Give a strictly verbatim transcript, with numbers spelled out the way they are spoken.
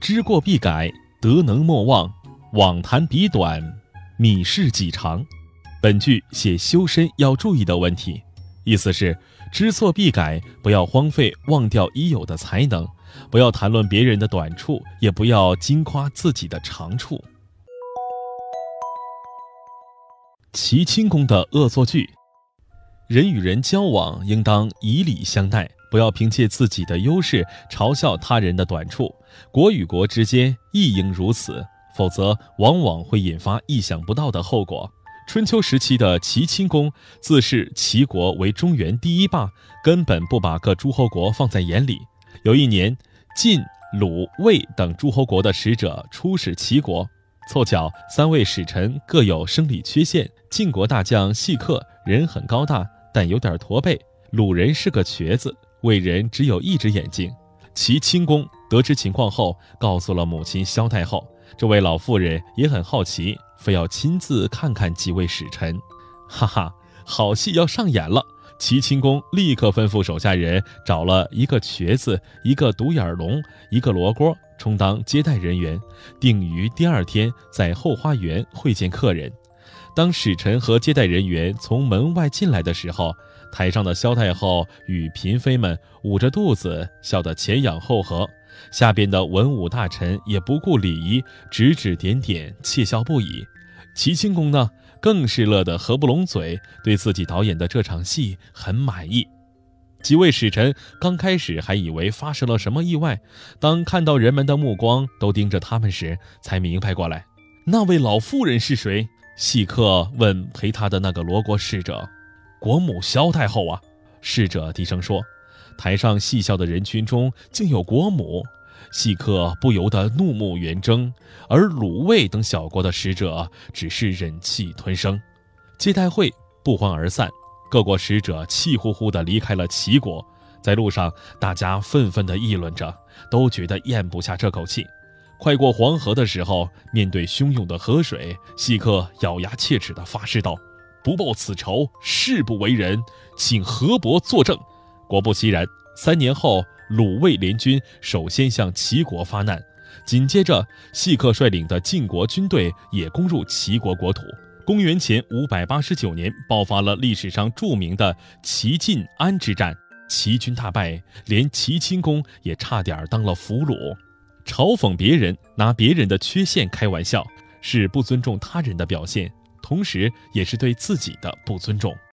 知过必改，德能莫忘，枉谈彼短，米事己长。本句写修身要注意的问题，意思是知错必改，不要荒废忘掉已有的才能，不要谈论别人的短处，也不要矜夸自己的长处。齐顷公的恶作剧。人与人交往应当以礼相待，不要凭借自己的优势嘲笑他人的短处，国与国之间亦应如此，否则往往会引发意想不到的后果。春秋时期的齐顷公自视齐国为中原第一霸，根本不把各诸侯国放在眼里。有一年，晋、鲁、魏等诸侯国的使者出使齐国，凑巧三位使臣各有生理缺陷。晋国大将细客人很高大，但有点驼背；鲁人是个瘸子；魏人只有一只眼睛。齐顷公得知情况后，告诉了母亲萧太后。这位老妇人也很好奇，非要亲自看看几位使臣。哈哈，好戏要上演了！齐顷公立刻吩咐手下人找了一个瘸子、一个独眼龙、一个罗锅，充当接待人员，定于第二天在后花园会见客人。当使臣和接待人员从门外进来的时候，台上的萧太后与嫔妃们捂着肚子笑得前仰后合，下边的文武大臣也不顾礼仪，指指点点，窃笑不已。齐顷公呢，更是乐得合不拢嘴，对自己导演的这场戏很满意。几位使臣刚开始还以为发生了什么意外，当看到人们的目光都盯着他们时，才明白过来，那位老妇人是谁？细客问陪他的那个罗国使者。国母萧太后啊，使者低声说。台上戏笑的人群中竟有国母，细客不由得怒目圆睁，而鲁卫等小国的使者只是忍气吞声。接待会不欢而散，各国使者气呼呼地离开了齐国。在路上，大家愤愤地议论着，都觉得咽不下这口气。快过黄河的时候，面对汹涌的河水，细客咬牙切齿地发誓道：不报此仇，誓不为人，请河伯作证。果不其然，三年后，鲁卫联军首先向齐国发难，紧接着细客率领的晋国军队也攻入齐国国土。公元前五百八十九年，爆发了历史上著名的齐晋安之战，齐军大败，连齐顷公也差点当了俘虏。嘲讽别人，拿别人的缺陷开玩笑，是不尊重他人的表现，同时也是对自己的不尊重。